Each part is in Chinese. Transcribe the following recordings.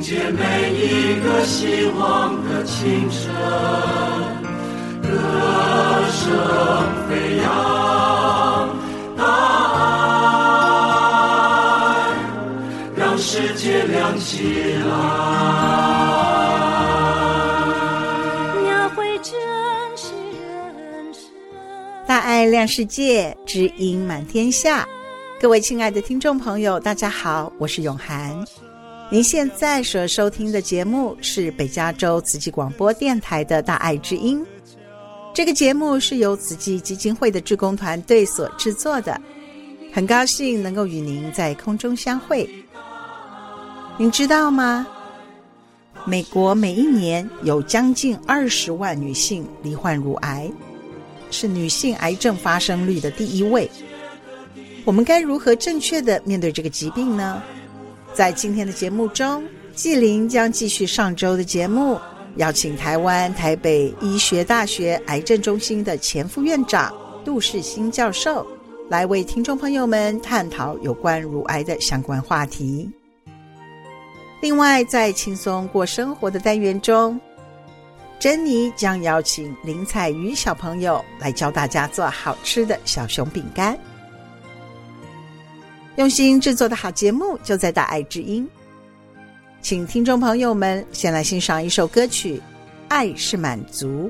见每一个希望的清晨，歌声飞扬，大爱让世界亮起来。 大爱亮世界，知音满天下。各位亲爱的听众朋友，大家好，我是永涵。您现在所收听的节目是北加州慈济广播电台的大爱之音。这个节目是由慈济基金会的志工团队所制作的，很高兴能够与您在空中相会。您知道吗？美国每一年有将近20万女性罹患乳癌，是女性癌症发生率的第1位。我们该如何正确地面对这个疾病呢？在今天的节目中，纪灵将继续上周的节目，邀请台湾台北医学大学癌症中心的前副院长杜世新教授，来为听众朋友们探讨有关乳癌的相关话题。另外，在轻松过生活的单元中，珍妮将邀请林采瑜小朋友来教大家做好吃的小熊饼干。用心制作的好节目就在大爱之音，请听众朋友们先来欣赏一首歌曲《爱是满足》。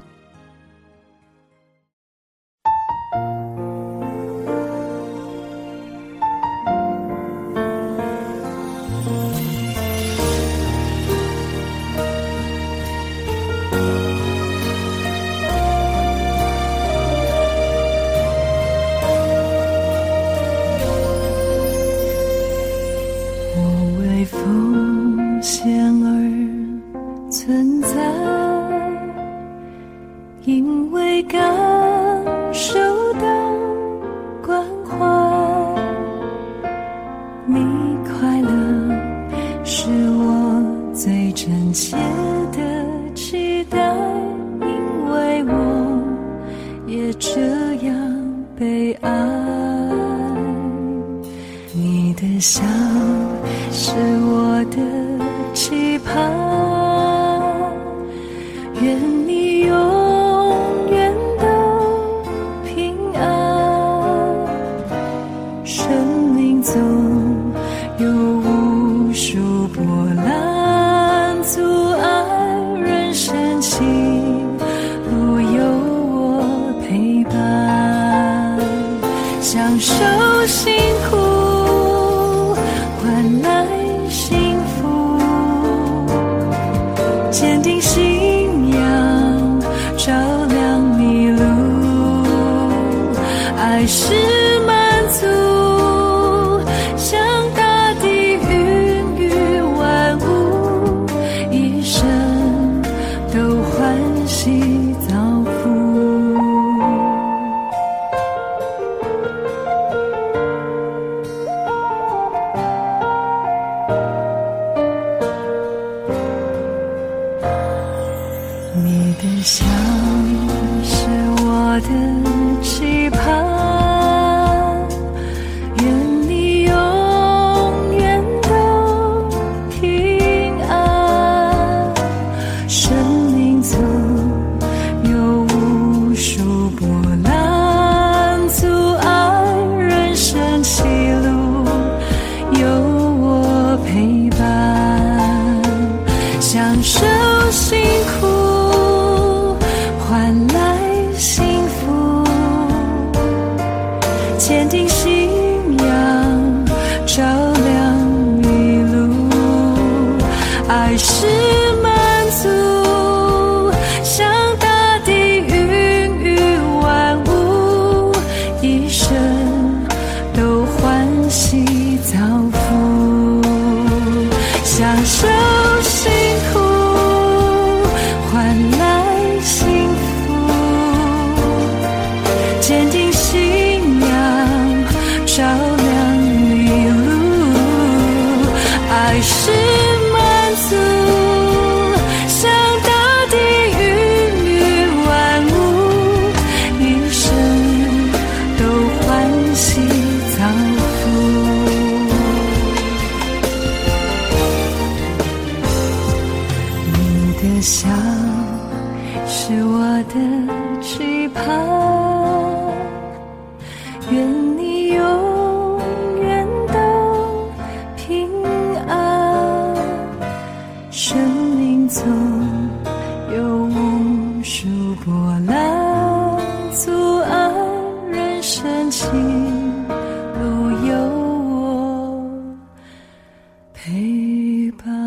享受幸福笑是我的期盼，愿你永远都平安。生命中有无数波澜阻碍人生情路，有我陪伴。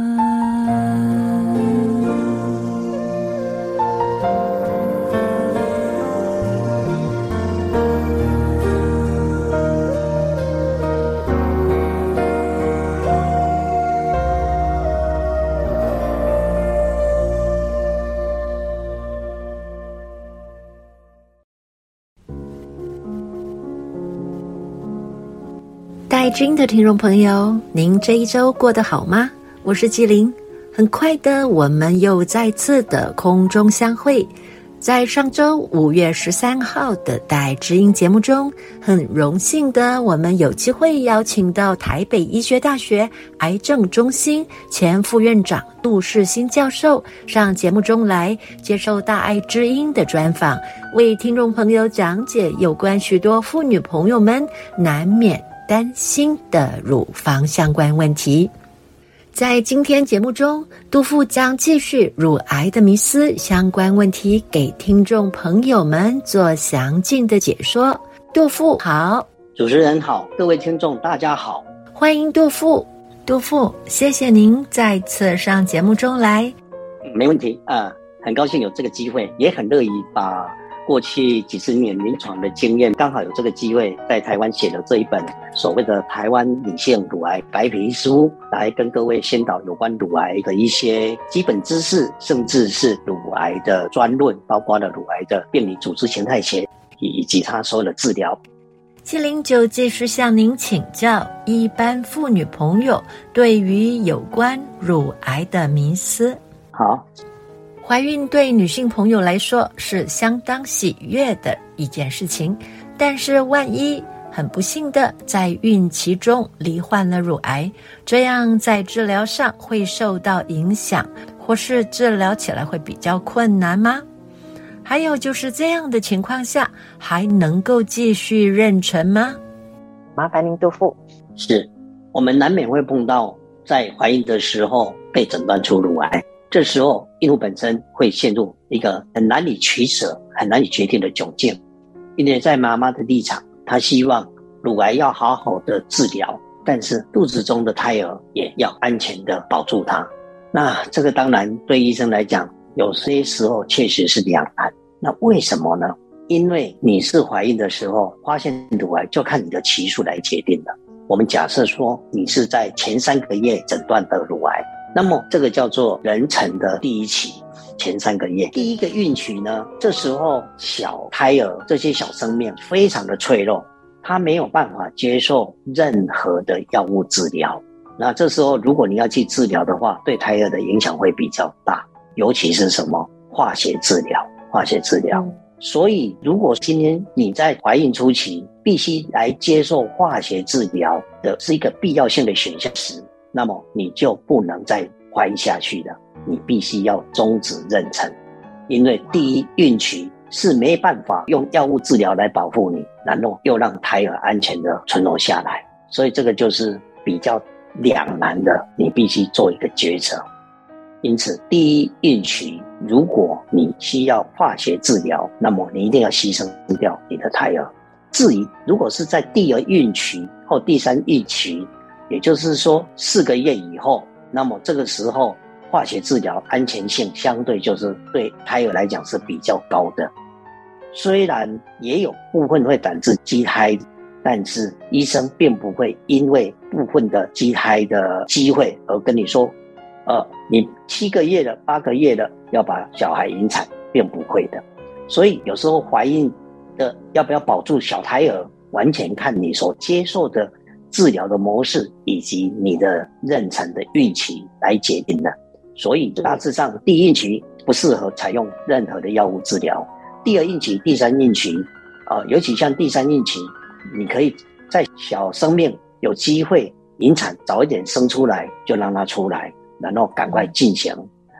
爱知音的听众朋友，您这一周过得好吗？我是纪灵。很快的，我们又再次的空中相会。在上周5月13号的爱知音节目中，很荣幸的我们有机会邀请到台北医学大学癌症中心前副院长杜世新教授上节目中来接受大爱知音的专访，为听众朋友讲解有关许多妇女朋友们难免担心的乳房相关问题。在今天节目中，杜副将继续乳癌的迷思相关问题给听众朋友们做详尽的解说。杜副好。 主持人好，各位听众大家好， 欢迎杜副。杜副，谢谢您再次上节目中来。 没问题很高兴有这个机会，也很乐意把过去几十年临床的经验，刚好有这个机会在台湾写了这一本所谓的台湾女性乳癌白皮书，来跟各位宣导有关乳癌的一些基本知识，甚至是乳癌的专论，包括了乳癌的病理组织形态学以及它所有的治疗。 纪灵就继续向您请教一般妇女朋友对于有关乳癌的迷思。 好， 怀孕对女性朋友来说是相当喜悦的一件事情，但是万一很不幸的在孕期中罹患了乳癌，这样在治疗上会受到影响，或是治疗起来会比较困难吗？还有就是这样的情况下还能够继续妊娠吗？ 麻烦您杜副。 是，我们难免会碰到在怀孕的时候被诊断出乳癌，这时候孕妇本身会陷入一个很难以取舍、很难以决定的窘境。因为在妈妈的立场，她希望乳癌要好好的治疗，但是肚子中的胎儿也要安全的保住它。那这个当然对医生来讲，有些时候确实是两难。那为什么呢？因为你是怀孕的时候发现乳癌，就看你的期数来决定了。我们假设说你是在前3个月诊断的乳癌，那么这个叫做妊娠的第一期，前3个月。第一个孕期呢，这时候小胎儿这些小生命非常的脆弱，它没有办法接受任何的药物治疗。那这时候如果你要去治疗的话，对胎儿的影响会比较大，尤其是什么？化学治疗。所以如果今天你在怀孕初期必须来接受化学治疗的是一个必要性的选项时，那么你就不能再怀孕下去了，你必须要终止妊娠。因为第一孕期是没办法用药物治疗来保护你，然后又让胎儿安全的存活下来，所以这个就是比较两难的，你必须做一个抉择。因此第一孕期如果你需要化学治疗，那么你一定要牺牲掉你的胎儿。至于如果是在第2孕期或第3孕期，也就是说4个月以后，那么这个时候化学治疗安全性相对就是对胎儿来讲是比较高的。虽然也有部分会导致畸胎，但是医生并不会因为部分的畸胎的机会而跟你说你7个月了8个月了要把小孩引产，并不会的。所以有时候怀孕的要不要保住小胎儿，完全看你所接受的治疗的模式以及你的妊娠的孕期来决定的。所以大致上第1孕期不适合采用任何的药物治疗，第2孕期第3孕期尤其像第3孕期，你可以在小生命有机会引产早一点生出来就让它出来，然后赶快进行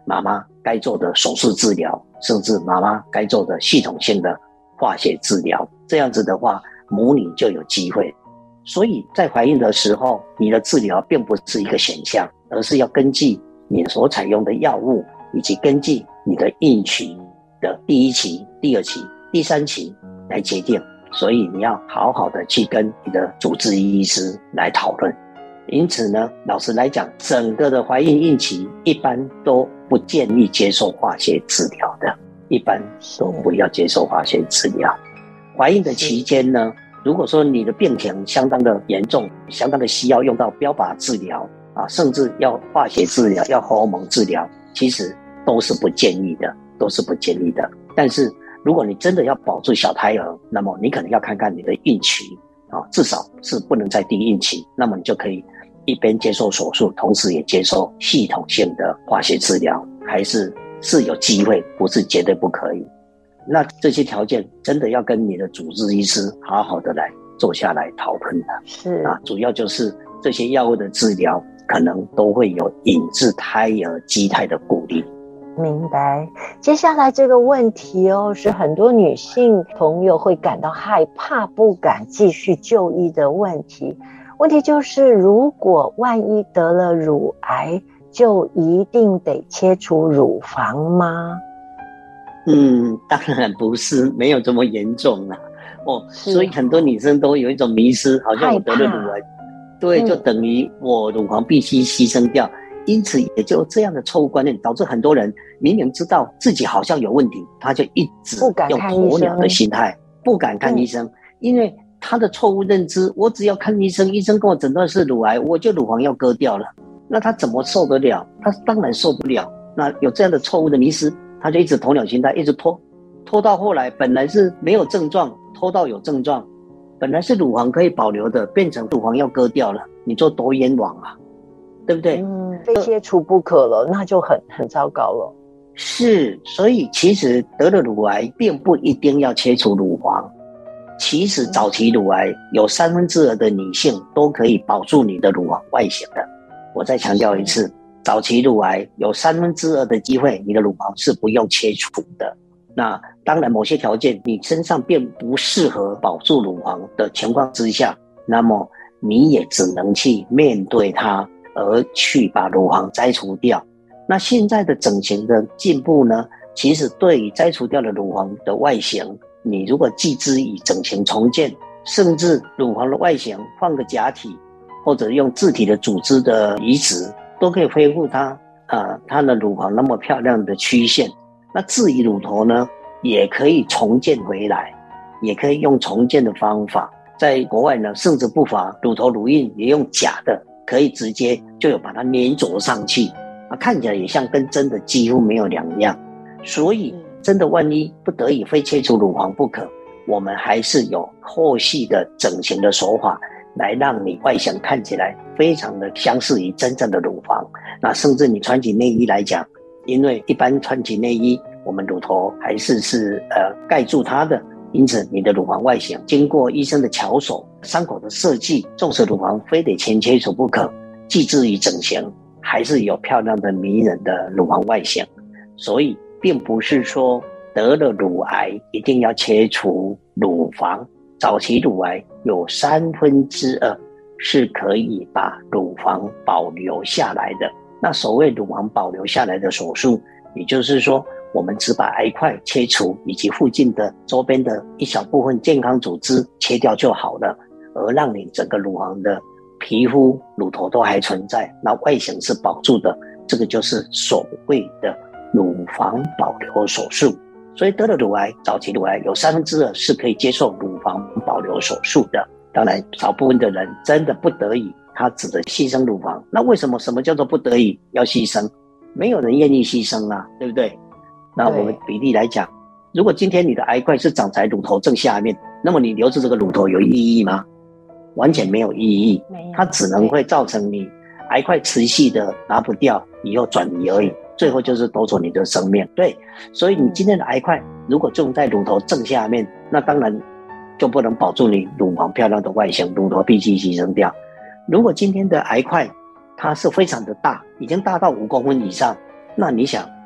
妈妈该做的手术治疗，甚至妈妈该做的系统性的化学治疗，这样子的话母女就有机会。所以在怀孕的时候，你的治疗并不是一个选项，而是要根据你所采用的药物，以及根据你的孕期的第一期、第二期、第三期来决定。所以你要好好的去跟你的主治医师来讨论。因此呢，老实来讲，整个的怀孕孕期一般都不建议接受化学治疗的，一般都不要接受化学治疗。怀孕的期间呢，如果说你的病情相当的严重，相当的需要用到标靶治疗啊，甚至要化学治疗，要荷尔蒙治疗，其实都是不建议的，都是不建议的。但是如果你真的要保住小胎儿，那么你可能要看看你的孕期啊，至少是不能在低孕期，那么你就可以一边接受手术，同时也接受系统性的化学治疗，还是有机会，不是绝对不可以。那这些条件真的要跟你的主治医师好好的来坐下来讨论的。 是啊，主要就是这些药物的治疗可能都会有引致胎儿畸胎的顾虑。 明白。接下来这个问题是很多女性朋友会感到害怕，不敢继续就医的问题。问题就是，如果万一得了乳癌，就一定得切除乳房吗？ 当然不是，没有这么严重啦。所以很多女生都有一种迷思，好像我得了乳癌，对，就等于我乳房必须牺牲掉。因此也就这样的错误观念，导致很多人明明知道自己好像有问题，他就一直用鸵鸟的心态，不敢看医生，因为他的错误认知，我只要看医生，医生跟我诊断是乳癌，我就乳房要割掉了，那他怎么受得了？他当然受不了。那有这样的错误的迷思，他就一直鸵鸟心态，一直拖到后来本来是没有症状，拖到有症状，本来是乳房可以保留的，变成乳房要割掉了，你说多冤枉啊，对不对？ 非切除不可了，那就很糟糕了。 是，所以其实得了乳癌并不一定要切除乳房。其实早期乳癌有2/3的女性都可以保住你的乳房外形的。我再强调一次，早期乳癌有2/3的机会，你的乳房是不用切除的。那当然某些条件你身上并不适合保住乳房的情况之下，那么你也只能去面对它，而去把乳房摘除掉。那现在的整形的进步呢，其实对于摘除掉的乳房的外形，你如果继之以整形重建，甚至乳房的外形换个假体，或者用自体的组织的移植，都可以恢复它的乳房那么漂亮的曲线。那至于乳头呢，也可以重建回来，也可以用重建的方法。在国外呢，甚至不乏乳头乳晕也用假的，可以直接就有把它粘着上去，看起来也像跟真的几乎没有两样。所以真的万一不得已非切除乳房不可，我们还是有后续的整形的手法，来让你外形看起来非常的相似于真正的乳房。那甚至你穿起内衣来讲，因为一般穿起内衣，我们乳头还是盖住它的，因此你的乳房外形经过医生的巧手、伤口的设计，纵使乳房非得全切除不可，继之于整形，还是有漂亮的迷人的乳房外形。所以并不是说得了乳癌一定要切除乳房，早期乳癌有2/3是可以把乳房保留下来的。那所谓乳房保留下来的手术，也就是说我们只把癌块切除，以及附近的周边的一小部分健康组织切掉就好了，而让你整个乳房的皮肤、乳头都还存在，那外形是保住的，这个就是所谓的乳房保留手术。所以得了乳癌，早期乳癌有2/3是可以接受乳房保留手术的。当然少部分的人真的不得已，他只得牺牲乳房。那为什么什么叫做不得已要牺牲？没有人愿意牺牲啊，对不对？那我们比例来讲，如果今天你的癌块是长在乳头正下面，那么你留着这个乳头有意义吗？完全没有意义，它只能会造成你癌块持续的拿不掉，以后转移而已，最后就是夺走你的生命。对，所以你今天的癌块如果种在乳头正下面，那当然就不能保住你乳房漂亮的外形，乳头必须牺牲掉。如果今天的癌块它是非常的大，已经大到5公分以上，那你想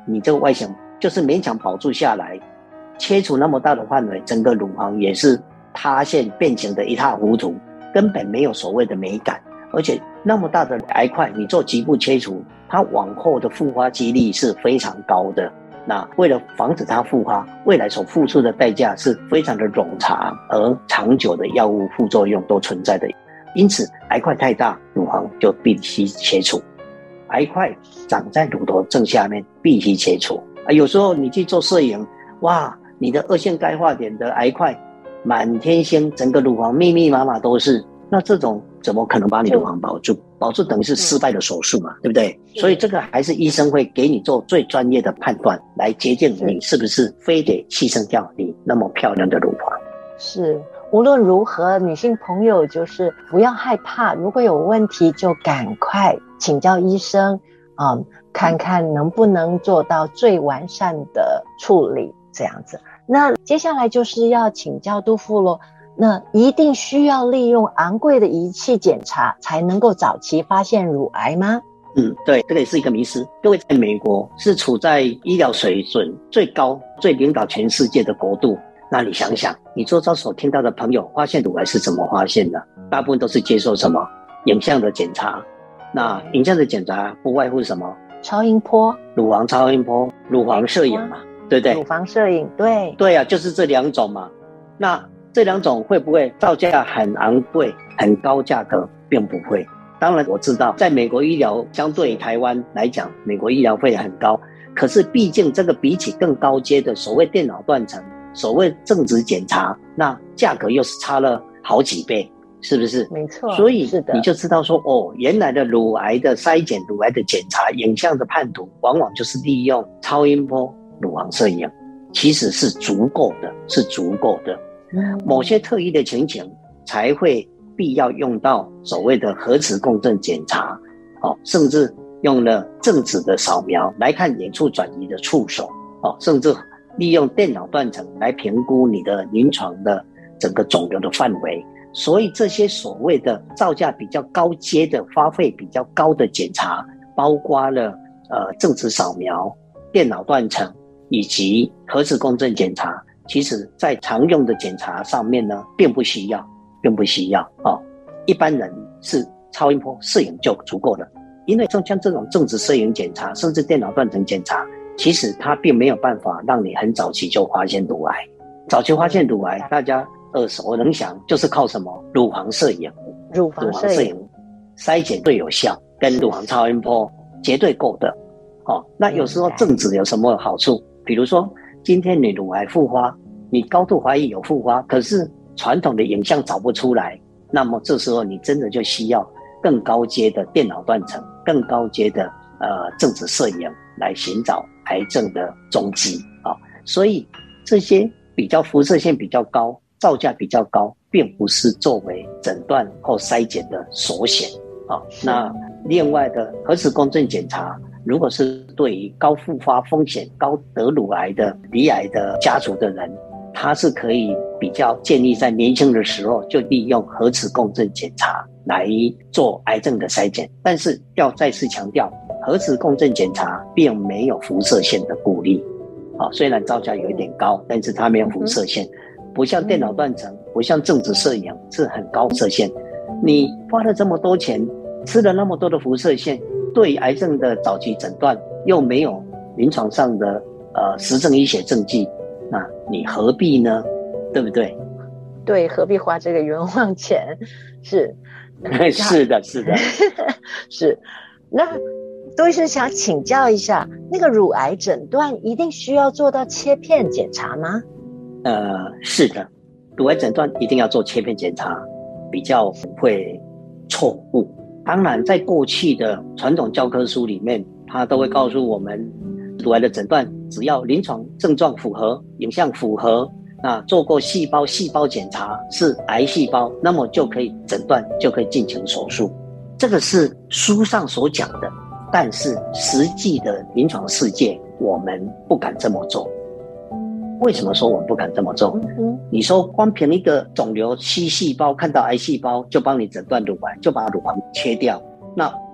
你这个外形就是勉强保住下来，切除那么大的范围，整个乳房也是塌陷变形的一塌糊涂，根本没有所谓的美感。而且那么大的癌块，你做局部切除，它往后的复发几率是非常高的。那为了防止它复发，未来所付出的代价是非常的冗长，而长久的药物副作用都存在的。因此癌块太大，乳房就必须切除。癌块长在乳头正下面，必须切除。有时候你去做摄影，哇，你的二线钙化点的癌块满天星，整个乳房密密麻麻都是，那这种怎么可能把你乳房保住？保住等于是失败的手术嘛，对不对？所以这个还是医生会给你做最专业的判断，来决定你是不是非得牺牲掉你那么漂亮的乳房。 是，无论如何，女性朋友就是不要害怕，如果有问题就赶快请教医生，看看能不能做到最完善的处理，这样子。那接下来就是要请教杜副咯，那一定需要利用昂贵的仪器检查才能够早期发现乳癌吗？ 对，这个也是一个迷思。各位，在美国是处在医疗水准最高、最领导全世界的国度。那你想想，你周遭所听到的朋友发现乳癌是怎么发现的？大部分都是接受什么影像的检查。那影像的检查不外乎什么？ 超音波、 乳房超音波、乳房摄影嘛，对不对？ 乳房摄影，对对啊，就是这两种嘛。那这两种会不会造价很昂贵、很高价格？并不会。当然我知道，在美国医疗相对于台湾来讲，美国医疗费很高，可是毕竟这个比起更高阶的所谓电脑断层、所谓正子检查，那价格又是差了好几倍，是不是？ 没错。 所以你就知道说，原来的乳癌的筛检、乳癌的检查、影像的判读，往往就是利用超音波、乳房摄影，其实是足够的，是足够的。某些特异的情形才会必要用到所谓的核磁共振检查，甚至用了正子的扫描来看远处转移的触手，甚至利用电脑断层来评估你的临床的整个肿瘤的范围。所以这些所谓的造价比较高阶的、花费比较高的检查，包括了正子扫描、电脑断层以及核磁共振检查，其实在常用的检查上面呢，并不需要一般人是超音波摄影就足够了。因为像这种正子摄影检查，甚至电脑断层检查，其实它并没有办法让你很早期就发现乳癌。早期发现乳癌，大家耳熟能详，就是靠什么？乳房摄影。乳房摄影筛检最有效，跟乳房超音波绝对够的。那有时候正子有什么好处？比如说今天你乳癌复发，你高度怀疑有复发，可是传统的影像找不出来，那么这时候你真的就需要更高阶的电脑断层、更高阶的正子摄影来寻找癌症的踪迹所以这些比较辐射线比较高、造价比较高，并不是作为诊断或筛检的首选那另外的核磁共振检查，如果是对于高复发风险、高得乳癌的罹癌的家族的人，他是可以比较建议在年轻的时候就利用核磁共振检查来做癌症的筛检。但是要再次强调，核磁共振检查并没有辐射线的顾虑虽然造价有一点高，但是它没有辐射线，不像电脑断层，不像正子摄影是很高辐射线。你花了这么多钱，吃了那么多的辐射线，对癌症的早期诊断又没有临床上的实证医学证据，那你何必呢？对不对？ 对，何必花这个冤枉钱？是是的是。那杜医师想请教一下，那个乳癌诊断一定需要做到切片检查吗？ 是的，乳癌诊断一定要做切片检查，比较不会错误。当然在过去的传统教科书里面，它都会告诉我们，乳癌的诊断只要临床症状符合、影像符合，那做过细胞检查是癌细胞，那么就可以诊断，就可以进行手术。这个是书上所讲的，但是实际的临床世界我们不敢这么做。为什么说我们不敢这么做？你说光凭一个肿瘤 C 细胞看到癌细胞就帮你诊断乳癌，就把乳房切掉，那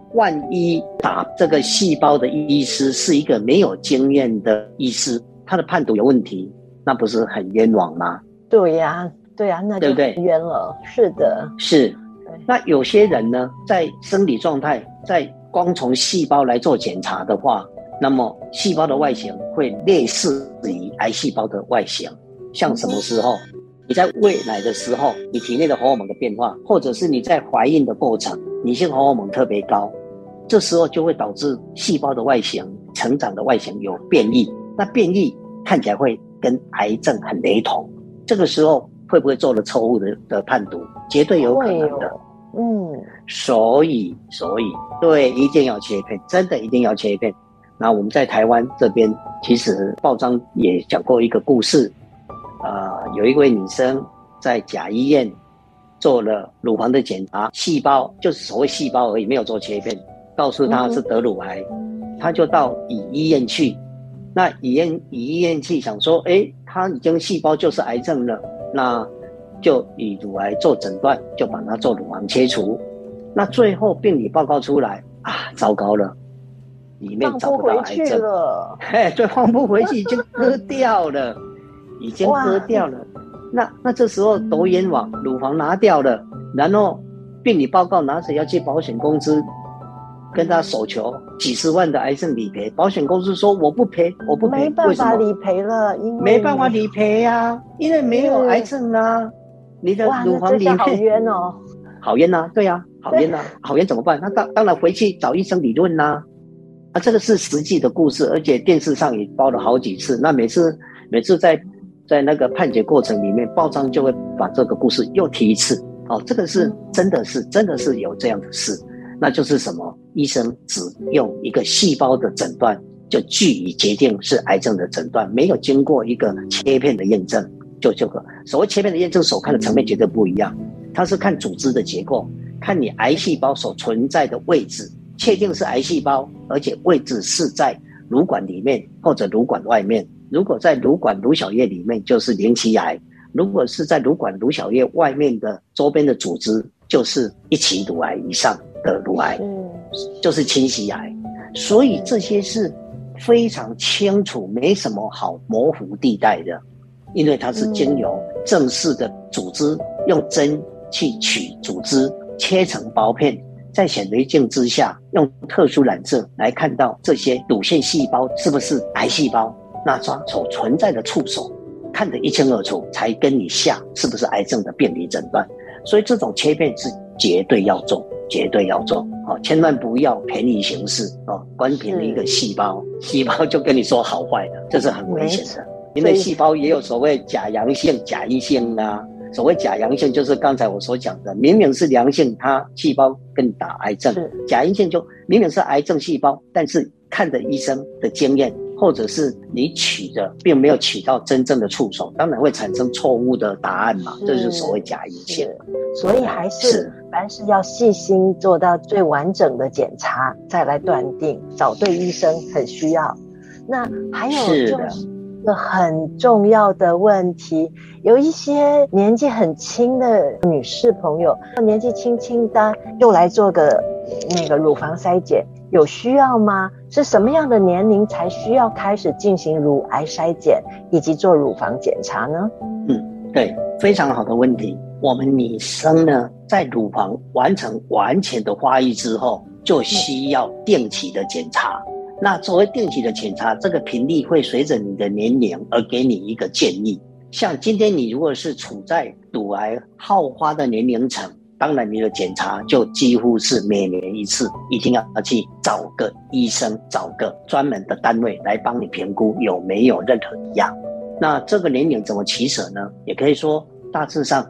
万一打这个细胞的医师是一个没有经验的医师，他的判读有问题，那不是很冤枉吗？ 对呀，对呀，那就很冤了。是的， 是。那有些人呢，在生理状态，在光从细胞来做检查的话，那么细胞的外形会类似于癌细胞的外形。像什么时候？你在喂奶的时候，你体内的荷尔蒙的变化，或者是你在怀孕的过程，女性荷尔蒙特别高，这时候就会导致细胞的外形、成长的外形有变异。那变异看起来会跟癌症很雷同，这个时候会不会做了错误的判读？绝对有可能的。所以对，一定要切片，真的一定要切片。那我们在台湾这边，其实报章也讲过一个故事，有一位女生在甲医院做了乳房的检查，细胞就是所谓细胞而已，没有做切片，告诉她是得乳癌，她就到乙医院去。那乙医院去想说，她已经细胞就是癌症了，那就以乳癌做诊断，就把它做乳房切除。那最后病理报告出来啊，糟糕了，里面找不到癌症了，对，放不回去，已经割掉了，已经割掉了。那这时候多冤枉，乳房拿掉了，然后病理报告拿着要去保险公司跟他索求几十万的癌症理赔，保险公司说我不赔， 没办法理赔了，因为没办法理赔啊，因为没有癌症啊。你的乳房里面好冤哦， 好冤啊，对啊，好冤啊，好冤怎么办？那当然回去找医生理论啊。这个是实际的故事，而且电视上也报了好几次。那每次在那个判决过程里面，报章就会把这个故事又提一次。这个是真的是有这样的事。那就是什么？医生只用一个细胞的诊断就据以决定是癌症的诊断，没有经过一个切片的验证。就这个所谓切片的验证，所看的层面绝对不一样，它是看组织的结构，看你癌细胞所存在的位置，确定是癌细胞，而且位置是在乳管里面或者乳管外面。如果在乳管乳小叶里面就是零期癌，如果是在乳管乳小叶外面的周边的组织，就是一期乳癌以上的乳癌，就是侵袭癌。所以这些是非常清楚，没什么好模糊地带的，因为它是经由正式的组织用针去取组织，切成薄片，在显微镜之下用特殊染色来看到这些乳腺细胞是不是癌细胞，那它所存在的触手看得一清二楚，才跟你下是不是癌症的病理诊断。所以这种切片是绝对要做，绝对要做，千万不要便宜行事，光凭一个细胞就跟你说好坏的，这是很危险的。因为细胞也有所谓假阳性、假阴性啊。所谓假阳性就是刚才我所讲的，明明是良性，它细胞跟你打癌症；假阴性就明明是癌症细胞，但是看的医生的经验，或者是你取的并没有取到真正的触手，当然会产生错误的答案嘛，这就是所谓假阴性。 所以还是凡事要细心做到最完整的检查，再来断定，找对医生很需要。那还有就是一个很重要的问题，有一些年纪很轻的女士朋友，年纪轻轻的又来做个那个乳房筛检，有需要吗？是什么样的年龄才需要开始进行乳癌筛检以及做乳房检查呢？ 对，非常好的问题。我们女生呢，在乳房完成完全的发育之后，就需要定期的检查。那作为定期的检查，这个频率会随着你的年龄而给你一个建议。像今天你如果是处在乳癌好发的年龄层，当然你的检查就几乎是每年一次，一定要去找个医生，找个专门的单位来帮你评估有没有任何异样。那这个年龄怎么取舍呢？也可以说大致上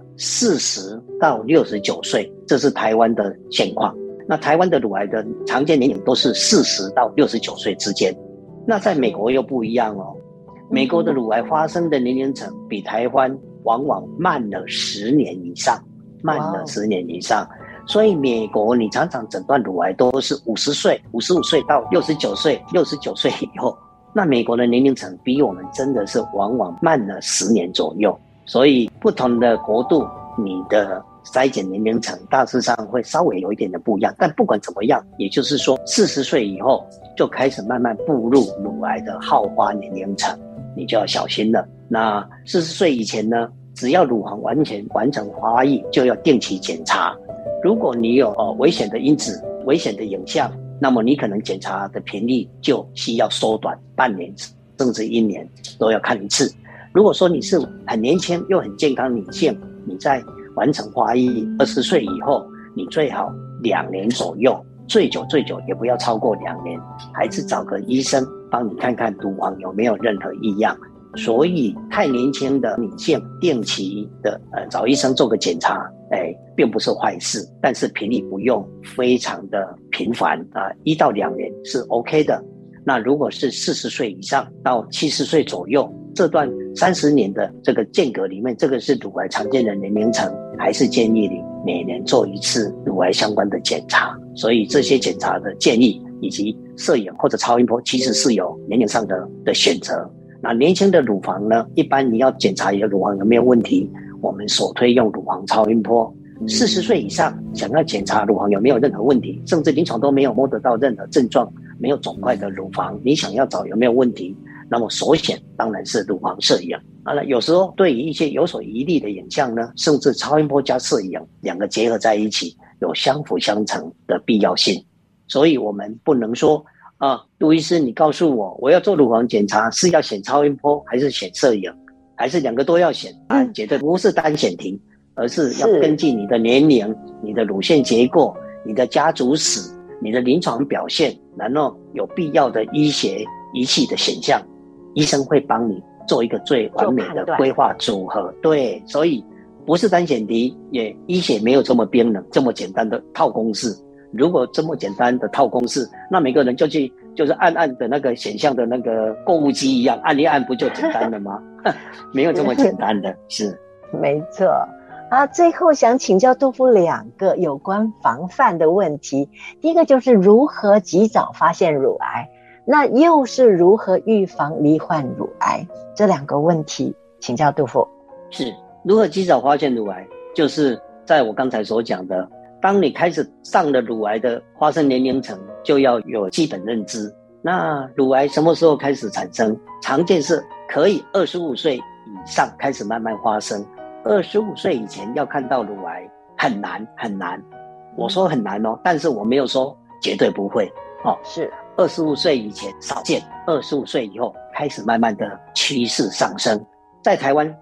40到69岁，这是台湾的现况。那台湾的乳癌的常见年龄都是40到69岁之间。那在美国又不一样哦，美国的乳癌发生的年龄层比台湾往往慢了10年以上，所以美国你常常诊断乳癌都是50岁、55岁到69岁，69岁以后。那美国的年龄层比我们真的是往往慢了10年左右。所以不同的国度，你的筛检年龄层大致上会稍微有一点的不一样，但不管怎么样，也就是说40岁以后就开始慢慢步入乳癌的好发年龄层，你就要小心了。那40岁以前呢，只要乳房完全完成发育，就要定期检查。如果你有危险的因子、危险的影像，那么你可能检查的频率就需要缩短，半年甚至1年都要看一次。如果说你是很年轻又很健康女性，你在完成发育20岁以后，你最好2年左右，最久也不要超过2年，还是找个医生帮你看看乳房有没有任何异样。所以太年轻的女性定期的找医生做个检查，并不是坏事，但是频率不用非常的频繁，1到2年是 OK 的。那如果是40岁以上到70岁左右，这段30年的这个间隔里面，这个是乳癌常见的年龄层，还是建议你每年做一次乳癌相关的检查。所以这些检查的建议以及摄影或者超音波其实是有年龄上的选择。那年轻的乳房呢，一般你要检查你的乳房有没有问题，我们首推用乳房超音波。40岁以上想要检查乳房有没有任何问题，甚至临床都没有摸得到任何症状，没有肿块的乳房，你想要找有没有问题，那么首选当然是乳房摄影。有时候对于一些有所疑虑的影像呢，甚至超音波加摄影两个结合在一起，有相辅相成的必要性。所以我们不能说杜医师你告诉我要做乳房检查是要选超音波还是选摄影，还是两个都要选绝对不是单选题，而是要根据你的年龄、你的乳腺结构、你的家族史、你的临床表现，然后有必要的医学仪器的选项，医生会帮你做一个最完美的规划组合。对，所以不是单选题，也医学没有这么冰冷这么简单的套公式。如果这么简单的套公式，那每个人就是按的那个选项的那个购物机一样，按一按不就简单了吗？没有这么简单的。是没错最后想请教杜夫2个有关防范的问题。第一个就是如何及早发现乳癌，那又是如何预防罹患乳癌，这2个问题请教杜夫。 是如何及早发现乳癌，就是在我刚才所讲的，当你开始上了乳癌的发生年龄层，就要有基本认知。那乳癌什么时候开始产生？常见是可以25岁以上开始慢慢发生，25岁以前要看到乳癌很难很难。我说很难但是我没有说绝对不会是 25岁以前少见，25岁以后开始慢慢的趋势上升。在台湾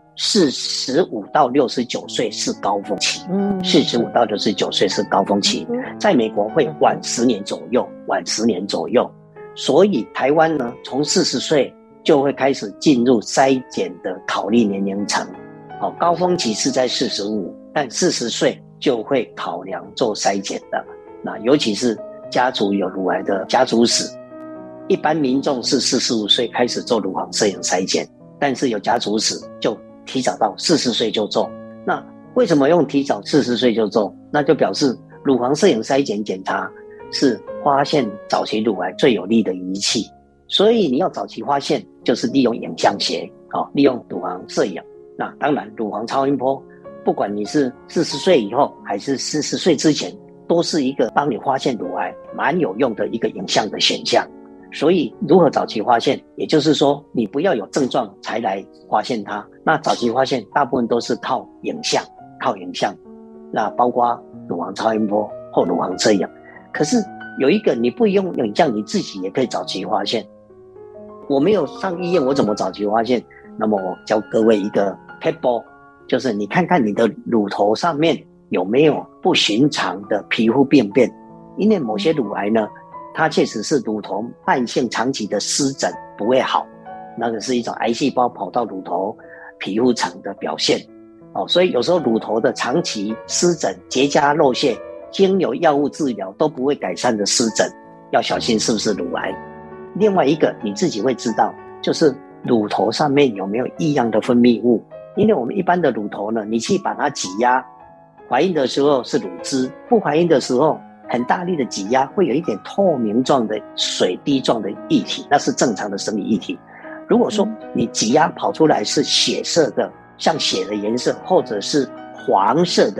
45到69岁是高峰期，45到69岁是高峰期，在美国会晚10年左右，所以台湾呢，从40岁就会开始进入筛检的考虑年龄层。高峰期是在45，但40岁就会考量做筛检的。那尤其是家族有乳癌的家族史，一般民众是45岁开始做乳房摄影筛检，但是有家族史就提早到40岁就做。那为什么用提早40岁就做？那就表示乳房摄影筛检检查是发现早期乳癌最有力的仪器，所以你要早期发现，就是利用影像学利用乳房摄影。那当然乳房超音波不管你是40岁以后还是40岁之前，都是一个帮你发现乳癌蛮有用的一个影像的选项。所以如何早期发现，也就是说你不要有症状才来发现它。那早期发现大部分都是靠影像，那包括乳房超音波或乳房摄影。可是有一个你不用影像，你自己也可以早期发现。我没有上医院，我怎么早期发现？那么我教各位一个 table， 就是你看看你的乳头上面有没有不寻常的皮肤病变。因为某些乳癌呢，它确实是乳头慢性长期的湿疹不会好，那个是一种癌细胞跑到乳头皮肤层的表现所以有时候乳头的长期湿疹、结痂漏屑，经由药物治疗都不会改善的湿疹，要小心是不是乳癌。另外一个你自己会知道，就是乳头上面有没有异样的分泌物。因为我们一般的乳头呢，你去把它挤压，怀孕的时候是乳汁，不怀孕的时候很大力的挤压，会有一点透明状的水滴状的液体，那是正常的生理液体。如果说你挤压跑出来是血色的，像血的颜色，或者是黄色的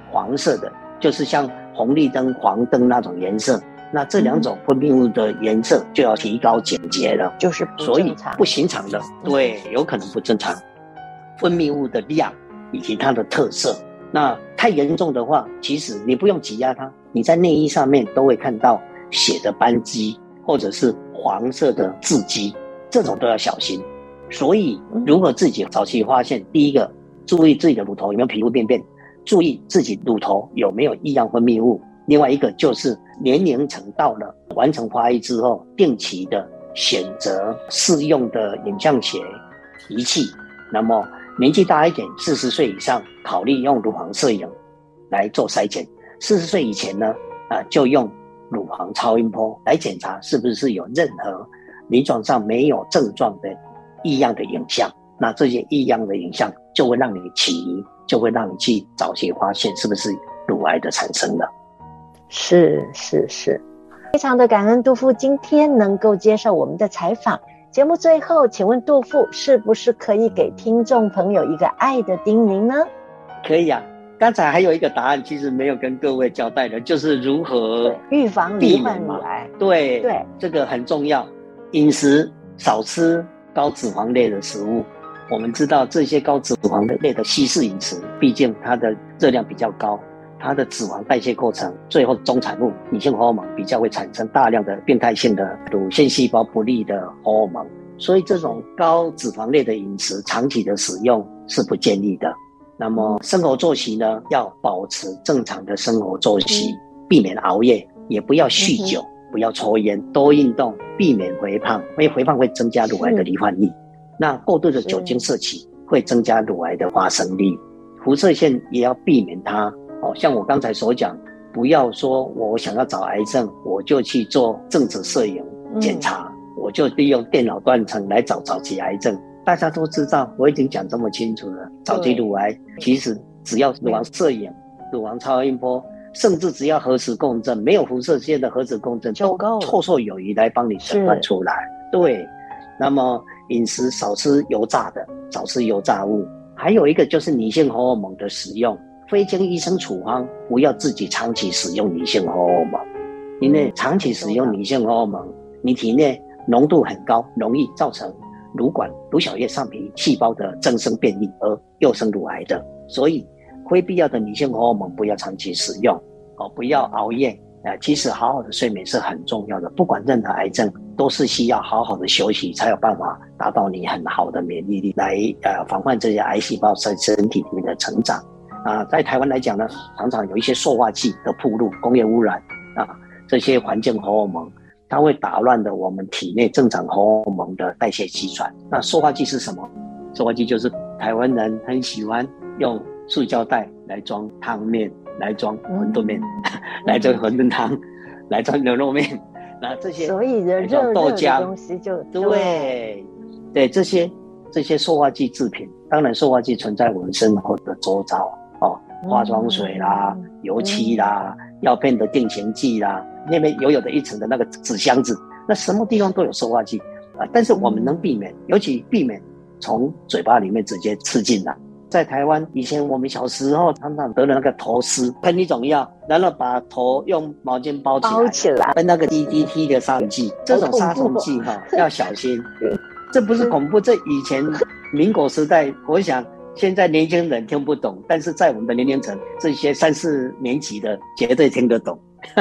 黄色的，就是像红绿灯、黄灯那种颜色。那这2种分泌物的颜色就要提高警觉了， 就是不正常， 所以不寻常的，对，有可能不正常。分泌物的量以及它的特色，那太严重的话，其实你不用挤压它，你在内衣上面都会看到血的斑迹，或者是黄色的字迹，这种都要小心。所以如果自己早期发现，第一个注意自己的乳头有没有皮肤病变，注意自己乳头有没有异样分泌物。另外一个就是年龄层到了完成发育之后，定期的选择适用的影像学仪器。那么年纪大一点，40岁以上，考虑用乳房摄影来做筛检。40岁以前呢，就用乳房超音波来检查是不是有任何临床上没有症状的异样的影像。那这些异样的影像就会让你起疑，就会让你去早期发现是不是乳癌的产生了。 是，非常的感恩杜父今天能够接受我们的采访。节目最后，请问杜父是不是可以给听众朋友一个爱的叮咛呢？ 可以啊，刚才还有一个答案其实没有跟各位交代的，就是如何预防罹患乳癌。 对，这个很重要。饮食少吃高脂肪类的食物，我们知道这些高脂肪类的西式饮食，毕竟它的热量比较高，它的脂肪代谢过程，最后中产物女性荷尔蒙比较会产生大量的病态性的乳腺细胞不利的荷尔蒙，所以这种高脂肪类的饮食长期的使用是不建议的。那么生活作息呢，要保持正常的生活作息，避免熬夜，也不要酗酒，不要抽烟，多运动，避免肥胖，因为肥胖会增加乳癌的罹患率。那过度的酒精摄取会增加乳癌的发生率。辐射线也要避免它。像我刚才所讲，不要说我想要找癌症，我就去做正子摄影检查，我就利用电脑断层来找早期癌症。大家都知道，我已经讲这么清楚了，早期乳癌其实只要乳房摄影、乳房超音波，甚至只要核磁共振，没有辐射线的核磁共振都绰绰有余来帮你诊断出来。对，那么饮食少吃油炸的，少吃油炸物，还有一个就是女性荷尔蒙的使用，非经医生处方，不要自己长期使用女性荷尔蒙，因为长期使用女性荷尔蒙，你体内浓度很高，容易造成乳管、乳小叶上皮细胞的增生变异，而诱生乳癌的。所以非必要的女性荷尔蒙不要长期使用，不要熬夜。其实好好的睡眠是很重要的，不管任何癌症都是需要好好的休息，才有办法达到你很好的免疫力，来防范这些癌细胞在身体里面的成长。在台湾来讲呢，常常有一些塑化剂的暴露、工业污染这些环境荷尔蒙，它会打乱的我们体内正常荷尔蒙的代谢机转。那塑化剂是什么？塑化剂就是台湾人很喜欢用塑胶袋来装汤面，来装馄饨面，来装馄饨汤，来装牛肉面。那这些所以的热豆浆的东西就对这些塑化剂制品，当然塑化剂存在我们生活的周遭化妆水啦、油漆啦、药片的定型剂啦，那边有的一层的那个纸箱子，那什么地方都有塑化剂但是我们能避免，尤其避免从嘴巴里面直接吃进来。在台湾以前我们小时候常常得了那个头虱，喷一种药，然后把头用毛巾包起来，喷那个 DDT 的杀虫剂，这种杀虫剂要小心这不是恐怖，这以前民国时代，我想现在年轻人听不懂，但是在我们的年龄层，这些3、4年级的绝对听得懂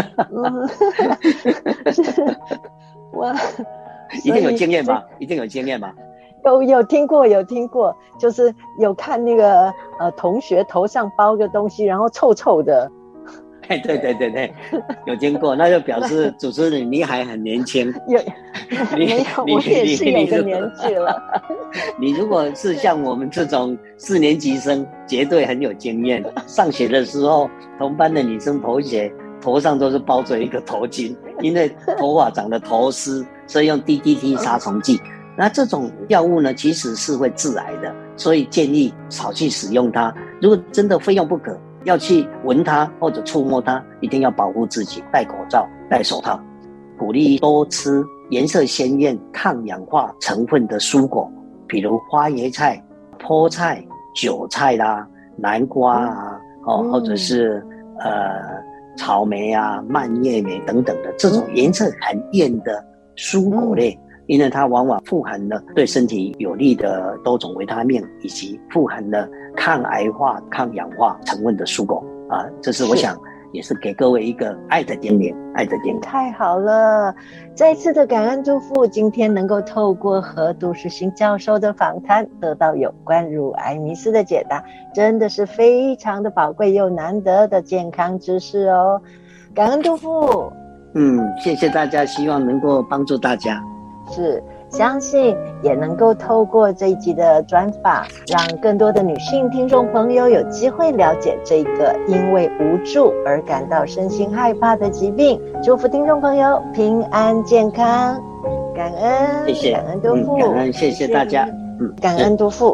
哇， 一定有经验吧？一定有经验吧？ 有听过，就是有看那个同学头上包个东西，然后臭臭的。 对，有听过，那就表示主持人你还很年轻。 没有，我也是有个年纪了。 你如果是像我们这种4年级生，绝对很有经验。上学的时候，同班的女生同学头上都是包着一个头巾，因为头发长了头虱，所以用 DDT 杀虫剂。那这种药物呢，其实是会致癌的，所以建议少去使用它。如果真的非用不可，要去闻它或者触摸它，一定要保护自己，戴口罩、戴手套。鼓励多吃颜色鲜艳、抗氧化成分的蔬果，比如花椰菜、菠菜、韭菜啦、南瓜或者是草莓啊、蔓越莓等等的这种颜色很艳的蔬果类，因为它往往富含了对身体有利的多种维他命，以及富含了抗癌化、抗氧化成分的蔬果啊，这是我想也是给各位一个爱的叮咛，爱的叮咛。 太好了，再次的感恩祝福，今天能够透过和杜世新教授的访谈，得到有关乳癌迷思的解答，真的是非常的宝贵又难得的健康知识哦。感恩杜父。 谢谢大家，希望能够帮助大家。 是，相信也能够透过这一集的专访，让更多的女性听众朋友有机会了解这个因为无助而感到身心害怕的疾病。祝福听众朋友平安健康，感恩， 谢谢， 感恩杜父， 感恩，谢谢大家， 感恩杜父。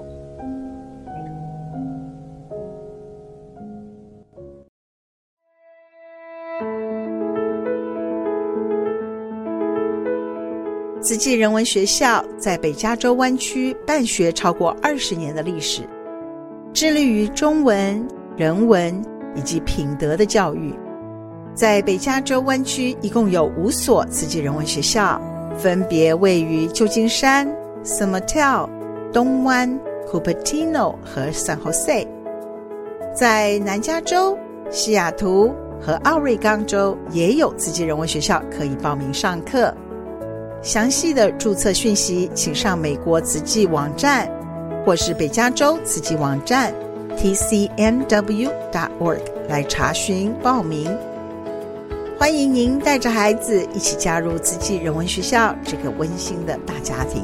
慈济人文学校在北加州湾区办学超过20年的历史，致力于中文、人文以及品德的教育。在北加州湾区一共有5所慈济人文学校，分别位于旧金山、San Mateo、东湾、Cupertino 和 San Jose。在南加州、西雅图和奥瑞冈州也有慈济人文学校可以报名上课。详细的注册讯息请上美国慈济网站或是北加州慈济网站 tcnw.org 来查询报名。欢迎您带着孩子一起加入慈济人文学校这个温馨的大家庭。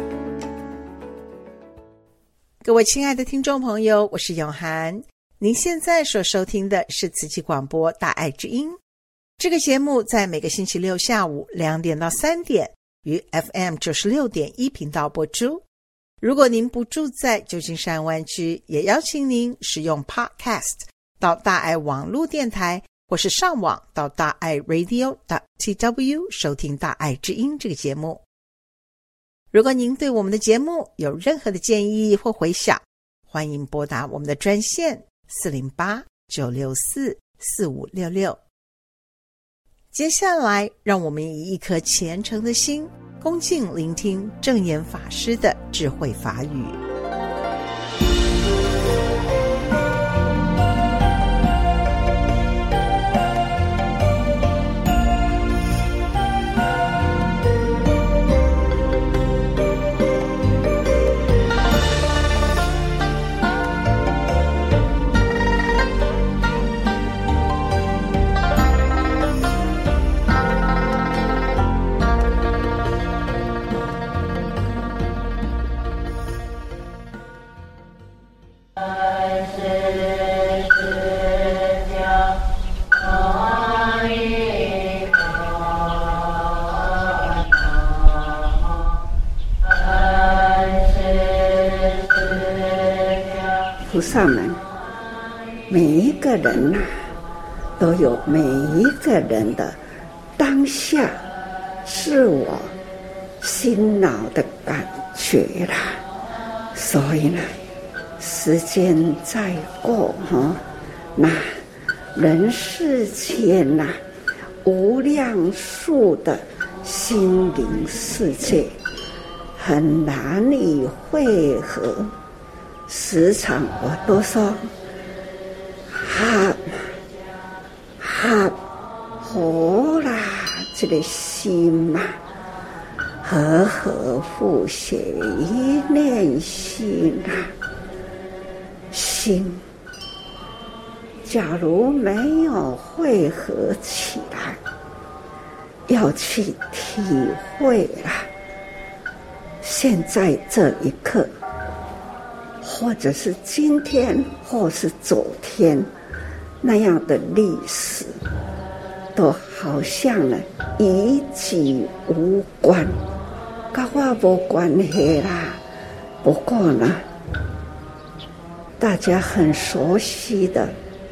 各位亲爱的听众朋友，我是永涵，您现在所收听的是慈济广播大爱之音。这个节目在每个星期六下午2点到3点于 FM 96.1频道播出。如果您不住在旧金山湾区，也邀请您使用 Podcast 到大爱网络电台，或是上网到大爱 radio.tw 收听大爱之音这个节目。如果您对我们的节目有任何的建议或回响，欢迎拨打我们的专线408-964-4566。接下来让我们以一颗虔诚的心，恭敬聆听证严法师的智慧法语。 菩萨们，每一个人都有每一个人的当下自我心脑的感觉啦。所以呢，时间再过那人世间无量数的心灵世界很难以汇合。时常我都说好啦，这个心和合复写一念心心假如没有汇合起来，要去体会现在这一刻，或者是今天，或是昨天那样的历史，都好像与己无关，跟我无关系啦。不过呢，大家很熟悉的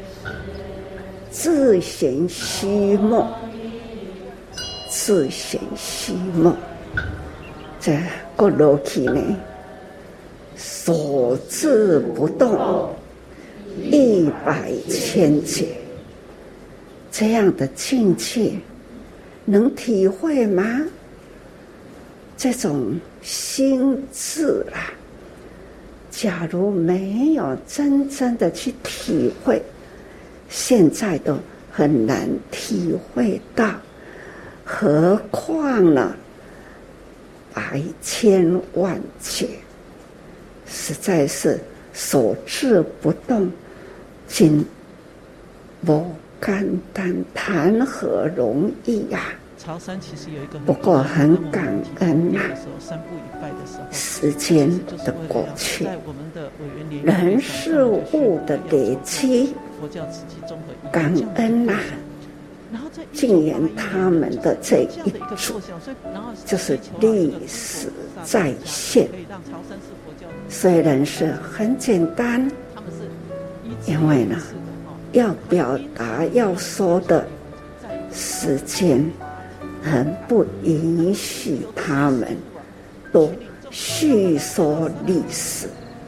自贤虚梦，自贤虚梦，这过落去呢，所至不动， 100千劫，这样的境界能体会吗？这种心智啊，假如没有真正的去体会，现在都很难体会到，何况呢100千万劫，实在是所致不动，今不简单，谈何容易呀！ 潮汕其实有一个不过很感恩呐，时间的过去，人事物的累积，感恩呐，敬言他们的这一组，就是历史再现。虽然是很简单，因为呢，要表达要说的时间很不允许他们都叙说历史，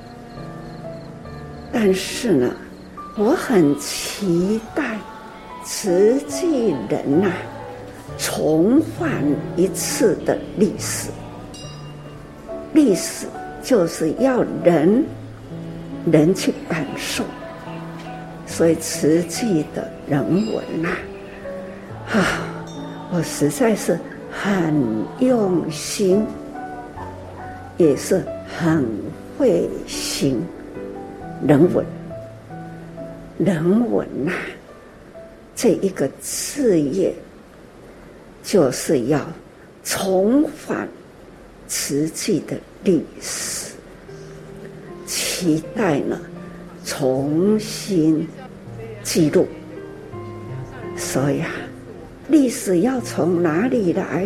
但是呢，我很期待慈济人啊重返一次的历史。历史就是要人去感受，所以慈济的人文我实在是很用心，也是很会心。人文这一个事业，就是要重返慈济的历史，期待呢重新记录。所以历史要从哪里来？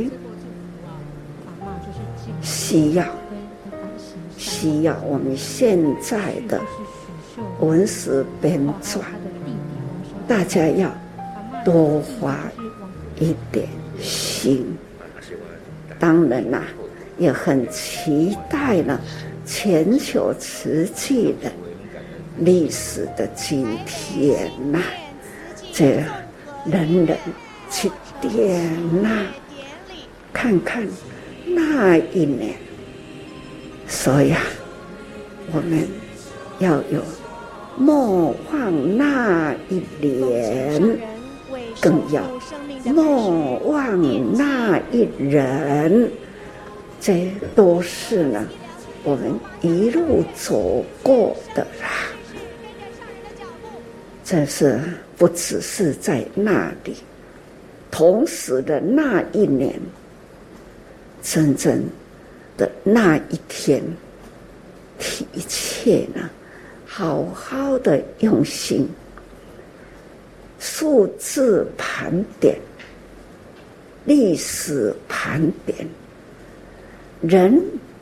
需要我们现在的文史编纂，大家要多花一点心。当然也很期待呢全球慈济的历史的今天这人人去点看看那一年。所以我们要有莫忘那一年，更要莫忘那一人，这都是呢我们一路走过的这是不只是在那里，同时的那一年，真正的那一天，一切呢好好的用心，数字盘点，历史盘点，人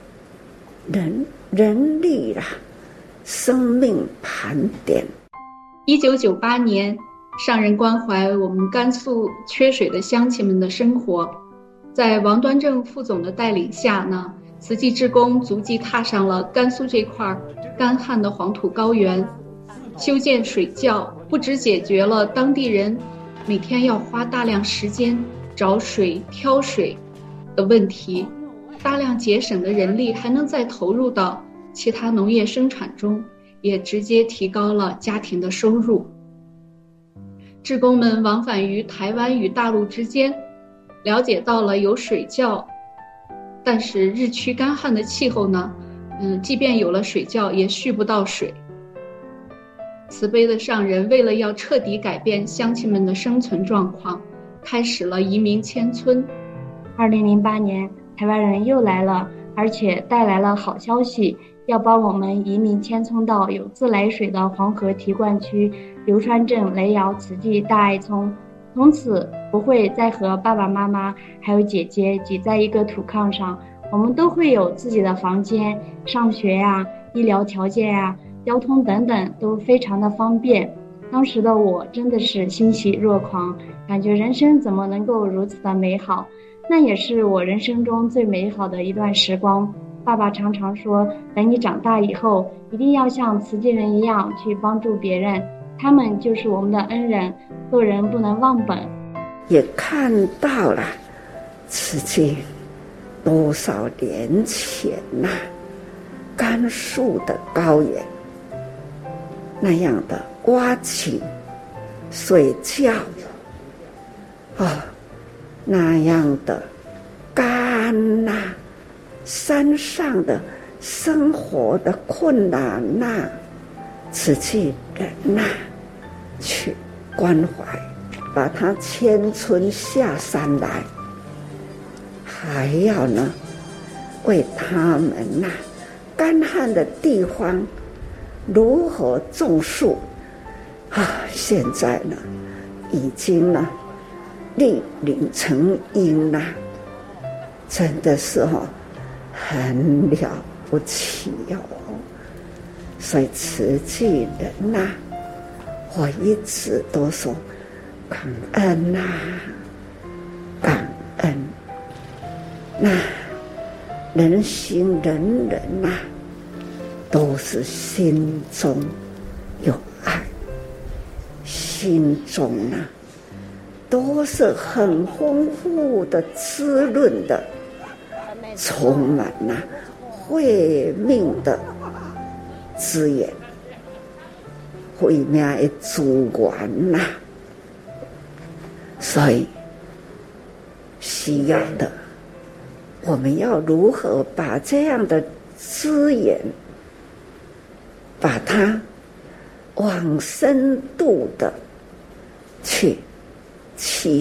力生命盘点。 1998年，上人关怀我们甘肃缺水的乡亲们的生活，在王端正副总的带领下呢，慈济志工足迹踏上了甘肃这块干旱的黄土高原，修建水窖不只解决了当地人每天要花大量时间找水挑水的问题，大量节省的人力还能再投入到其他农业生产中，也直接提高了家庭的收入。志工们往返于台湾与大陆之间，了解到了有水窖，但是日趋干旱的气候呢，即便有了水窖也蓄不到水。慈悲的上人为了要彻底改变乡亲们的生存状况，开始了移民迁村。 2008年台湾人又来了，而且带来了好消息，要帮我们移民迁村到有自来水的黄河提灌区流川镇雷窑慈济大爱村，从此不会再和爸爸妈妈还有姐姐挤在一个土炕上，我们都会有自己的房间，上学医疗条件交通等等都非常的方便。当时的我真的是欣喜若狂，感觉人生怎么能够如此的美好，那也是我人生中最美好的一段时光。 爸爸常常说，等你长大以后，一定要像慈济人一样去帮助别人，他们就是我们的恩人，做人不能忘本。 也看到了慈济多少年前甘肃的高原那样的挖井睡觉那样的干山上的生活的困难慈济人去关怀，把他迁村下山来，还要为他们干旱的地方如何种树现在已经粒粒成荫真的是很了不起所以慈济人我一直都说感恩感恩人心人人都是心中有爱，心中都是很丰富的滋润的，充满慧命的资源，慧命的资源所以需要的，我们要如何把这样的资源把它往深度的去取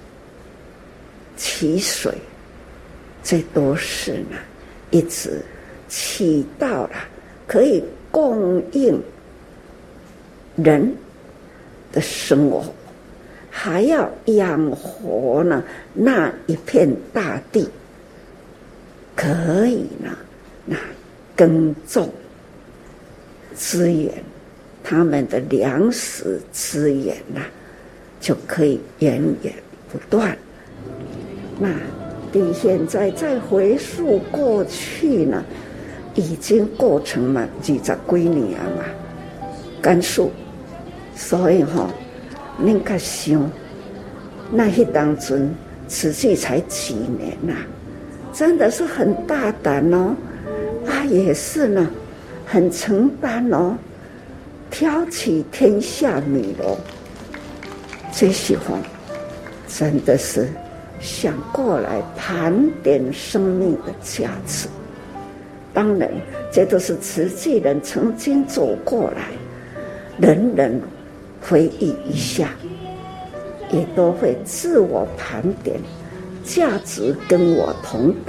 水，这都是一直起到了可以供应人的生活，还要养活那一片大地，可以耕种资源，他们的粮食资源就可以源源不断。那弟现在再回溯过去已经过程20几年甘肃，所以恁较想，那当阵慈济才几年真的是很大胆也是很承担挑起天下女龙，这些真的是想过来盘点生命的价值。当然这都是慈济人曾经走过来，人人回忆一下，也都会自我盘点，价值跟我同等。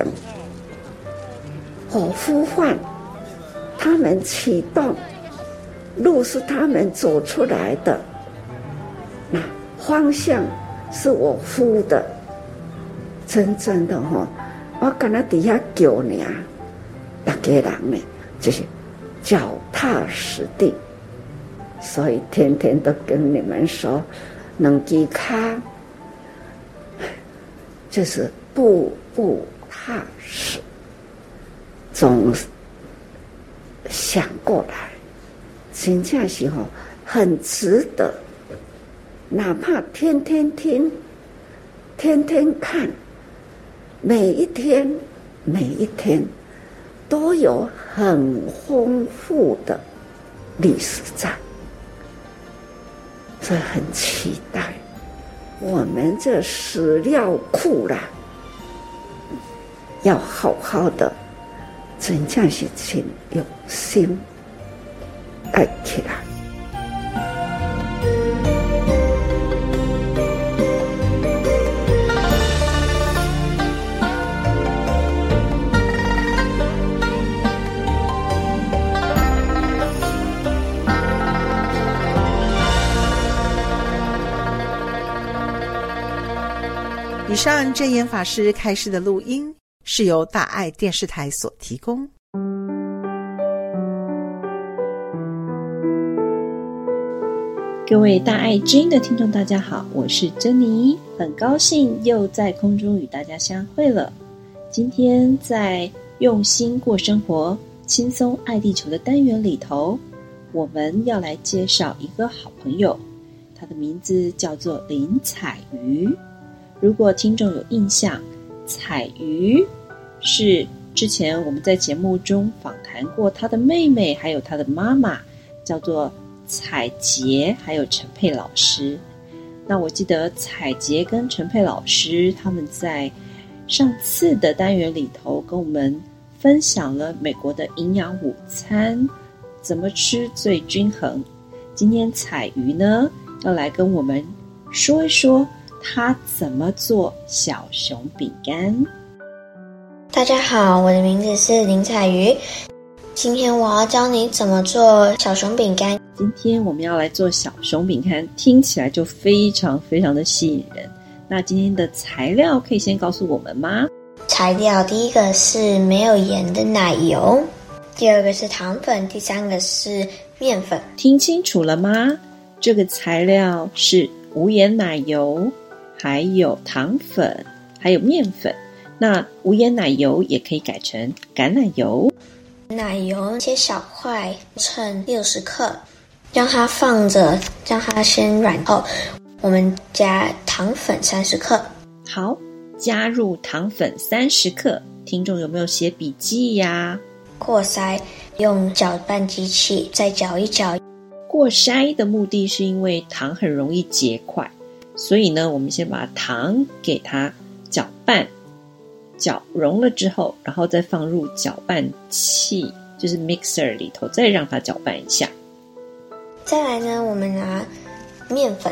我呼唤他们启动，路是他们走出来的，那方向是我呼的。真正的我跟他底下叫你大家人就是脚踏实地，所以天天都跟你们说两只脚就是步步踏实，总想过来真正是很值得，哪怕天天听天天看，每一天都有很丰富的历史在，所以很期待我们这史料库要好好的，真正是请用心爱起来。 以上证严法师开示的录音是由大爱电视台所提供。 各位大爱之音的听众大家好，我是珍妮，很高兴又在空中与大家相会了。今天在用心过生活，轻松爱地球的单元里头，我们要来介绍一个好朋友，他的名字叫做林采瑜。如果听众有印象，采瑜是之前我们在节目中访谈过他的妹妹还有他的妈妈，叫做采洁还有陈佩老师。那我记得采洁跟陈佩老师他们在上次的单元里头跟我们分享了美国的营养午餐怎么吃最均衡。今天采瑜呢要来跟我们说一说他怎么做小熊饼干。 大家好，我的名字是林采瑜，今天我要教你怎么做小熊饼干。 今天我们要来做小熊饼干，听起来就非常非常的吸引人。那今天的材料可以先告诉我们吗？ 材料第一个是没有盐的奶油，第二个是糖粉，第三个是面粉。 听清楚了吗？这个材料是无盐奶油，还有糖粉，还有面粉。那无盐奶油也可以改成橄榄油。 奶油切小块，称60克，让它放着，让它先软后，我们加糖粉30克。 好，加入糖粉30克。听众有没有写笔记呀？ 过筛，用搅拌机器再搅一搅。 过筛的目的是因为糖很容易结块，所以呢，我们先把糖给它搅拌，搅融了之后，然后再放入搅拌器，就是 mixer 里头，再让它搅拌一下。 再来呢，我们拿面粉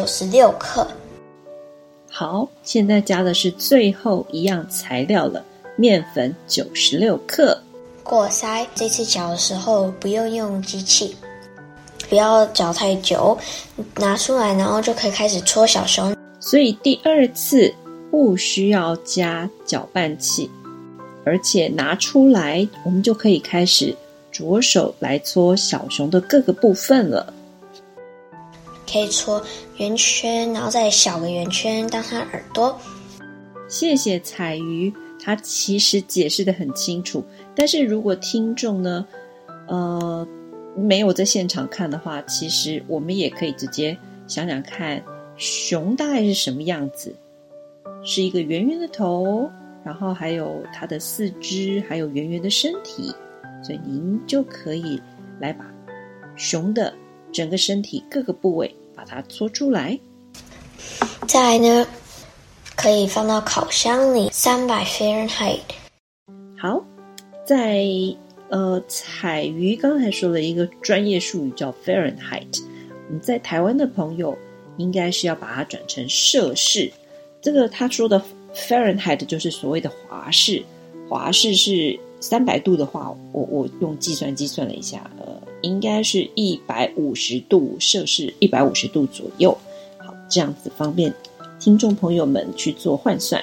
96克。 好，现在加的是最后一样材料了，面粉96克。 过筛，这次搅的时候不用机器，不要搅太久，拿出来然后就可以开始搓小熊。 所以第二次不需要加搅拌器，而且拿出来我们就可以开始着手来搓小熊的各个部分了。 可以搓圆圈，然后再小个圆圈当它耳朵。 谢谢采瑜，他其实解释得很清楚，但是如果听众呢没有在现场看的话，其实我们也可以直接想想看熊大概是什么样子，是一个圆圆的头，然后还有它的四肢，还有圆圆的身体，所以您就可以来把熊的整个身体各个部位把它搓出来。 再来呢，可以放到烤箱里300 Fahrenheit。 好，在采瑜刚才说了一个专业术语叫 Fahrenheit， 我们在台湾的朋友应该是要把它转成摄氏。这个他说的 Fahrenheit 就是所谓的华氏，华氏是300度的话，我用计算机算了一下，应该是150度摄氏，150度左右。好，这样子方便听众朋友们去做换算。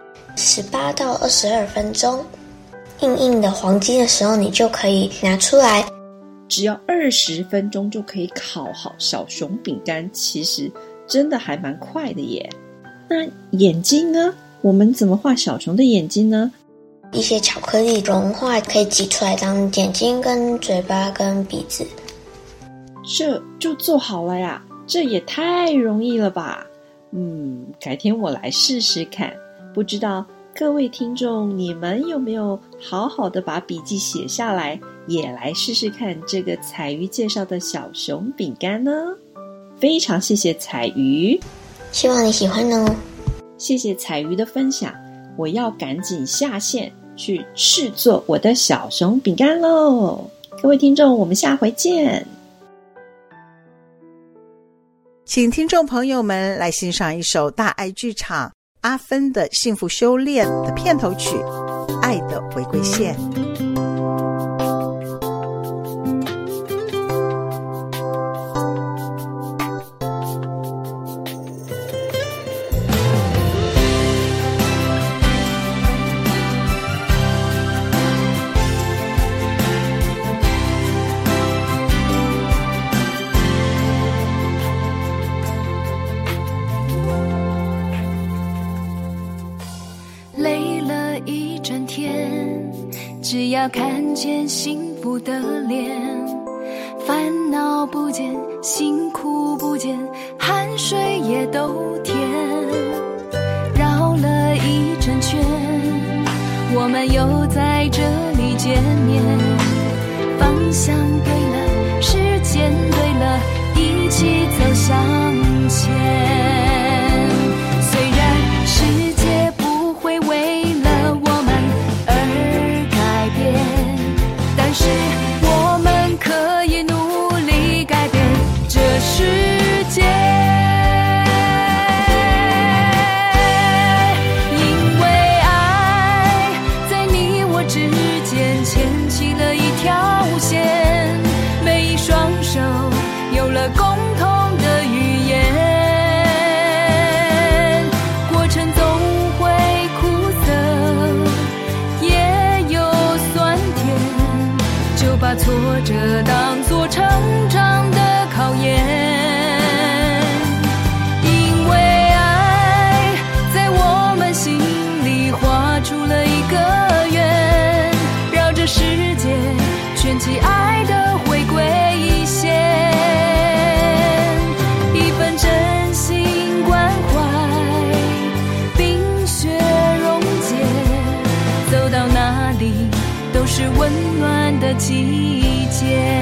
18到22分钟，硬硬的黄金的时候，你就可以拿出来。 只要20分钟就可以烤好小熊饼干，其实真的还蛮快的耶。那眼睛呢？我们怎么画小熊的眼睛呢？ 一些巧克力融化可以挤出来当眼睛跟嘴巴跟鼻子。 这就做好了呀，这也太容易了吧。改天我来试试看。不知道各位听众你们有没有好好的把笔记写下来，也来试试看这个采瑜介绍的小熊饼干呢？非常谢谢采瑜， 希望你喜欢哦。 谢谢采瑜的分享，我要赶紧下线去试做我的小熊饼干咯。各位听众，我们下回见。 请听众朋友们来欣赏一首大爱剧场阿芬的幸福修炼的片头曲《爱的回归线》。 累了一整天， 只要看见幸福的脸，烦恼不见，辛苦不见，汗水也都甜。绕了一整圈，我们又在这里见面。方向对了，时间对了，一起走向前。虽然世界不会为了我们而改变，但是我们可以努力改变这世界。因为爱在你我之间牵起了一条线，每一双手有了共同的语言，过程总会苦涩，也有酸甜，就把挫折当作成长的考验。因为爱在我们心里画出了一个圆，绕着世界圈起爱的回归线，一份真心关怀，冰雪溶解，走到哪里都是温暖的季节。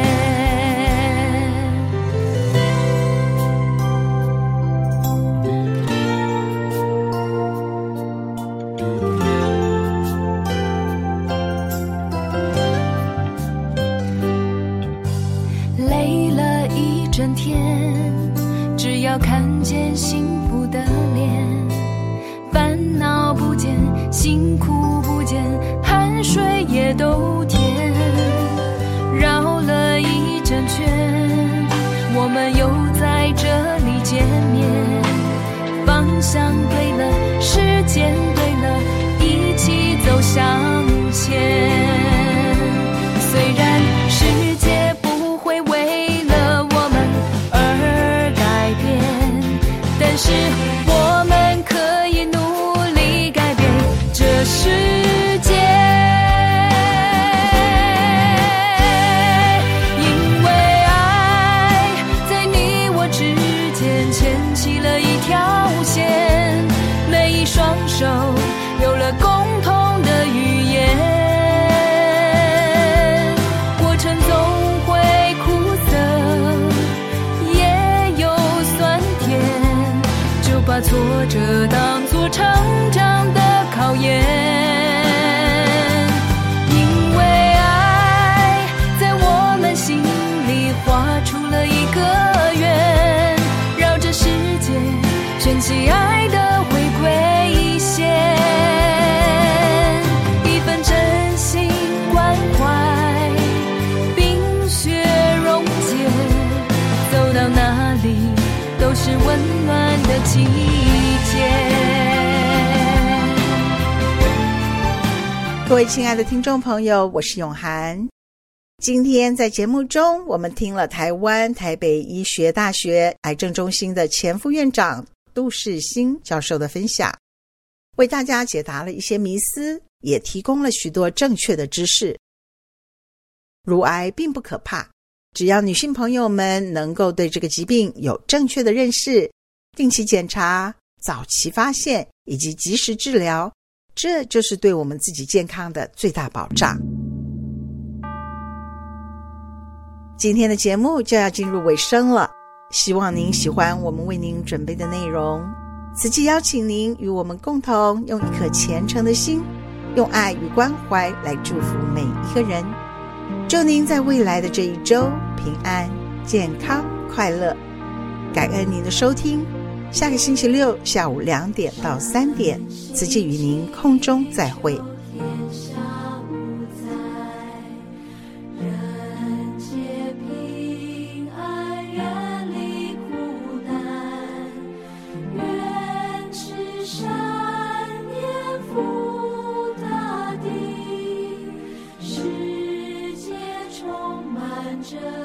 累了一整天，只要看见幸福的脸，烦恼不见，辛苦不见，汗水也都甜。绕了一整圈，我们又在这里见面。方向对了，时间对了，一起走向前。虽然世界不会为了我们而改变，但是我们可以努力改变这世界。因为爱在你我之间牵起了一条线，每一双手有了共同的语言，过程总会苦涩，也有酸甜，就把挫折当作成长的考验。因为爱在我们心里画出了一个圆，绕着世界圈起爱的回归线，一份真心关怀，冰雪溶解，走到哪里都是温暖的季节。 各位亲爱的听众朋友，我是永涵。今天在节目中，我们听了台湾台北医学大学癌症中心的前副院长杜世新教授的分享，为大家解答了一些迷思，也提供了许多正确的知识。乳癌并不可怕，只要女性朋友们能够对这个疾病有正确的认识，定期检查、早期发现以及及时治疗，这就是对我们自己健康的最大保障。今天的节目就要进入尾声了，希望您喜欢我们为您准备的内容。慈济邀请您与我们共同用一颗虔诚的心，用爱与关怀来祝福每一个人。祝您在未来的这一周平安、健康、快乐。感恩您的收听，下个星期六下午2点到3点，慈济与您空中再会。 世界充满着